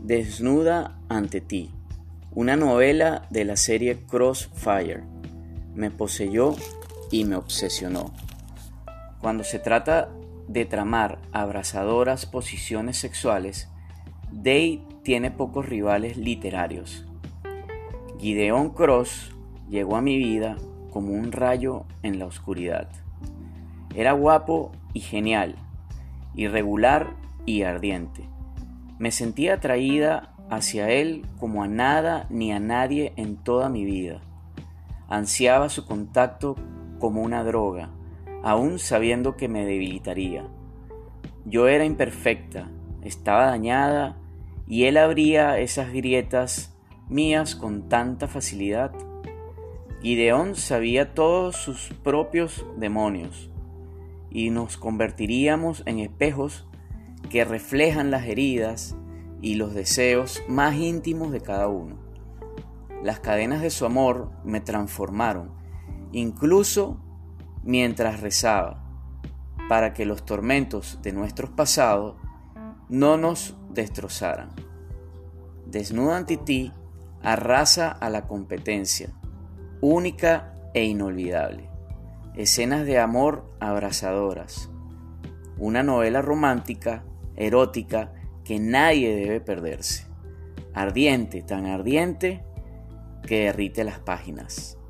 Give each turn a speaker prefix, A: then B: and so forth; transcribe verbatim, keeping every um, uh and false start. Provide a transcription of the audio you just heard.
A: Desnuda ante ti, una novela de la serie Crossfire, me poseyó y me obsesionó. Cuando se trata de tramar abrasadoras posiciones sexuales, Day tiene pocos rivales literarios. Gideon Cross llegó a mi vida como un rayo en la oscuridad. Era guapo y genial, irregular y ardiente. Me sentía atraída hacia él como a nada ni a nadie en toda mi vida. Ansiaba su contacto como una droga, aún sabiendo que me debilitaría. Yo era imperfecta, estaba dañada, y él abría esas grietas mías con tanta facilidad. Gideon sabía todos sus propios demonios, y nos convertiríamos en espejos que reflejan las heridas y los deseos más íntimos de cada uno. Las cadenas de su amor me transformaron, incluso mientras rezaba, para que los tormentos de nuestros pasados no nos destrozaran. Desnuda ante ti arrasa a la competencia, única e inolvidable. Escenas de amor abrasadoras. Una novela romántica, erótica, que nadie debe perderse. Ardiente, tan ardiente que derrite las páginas.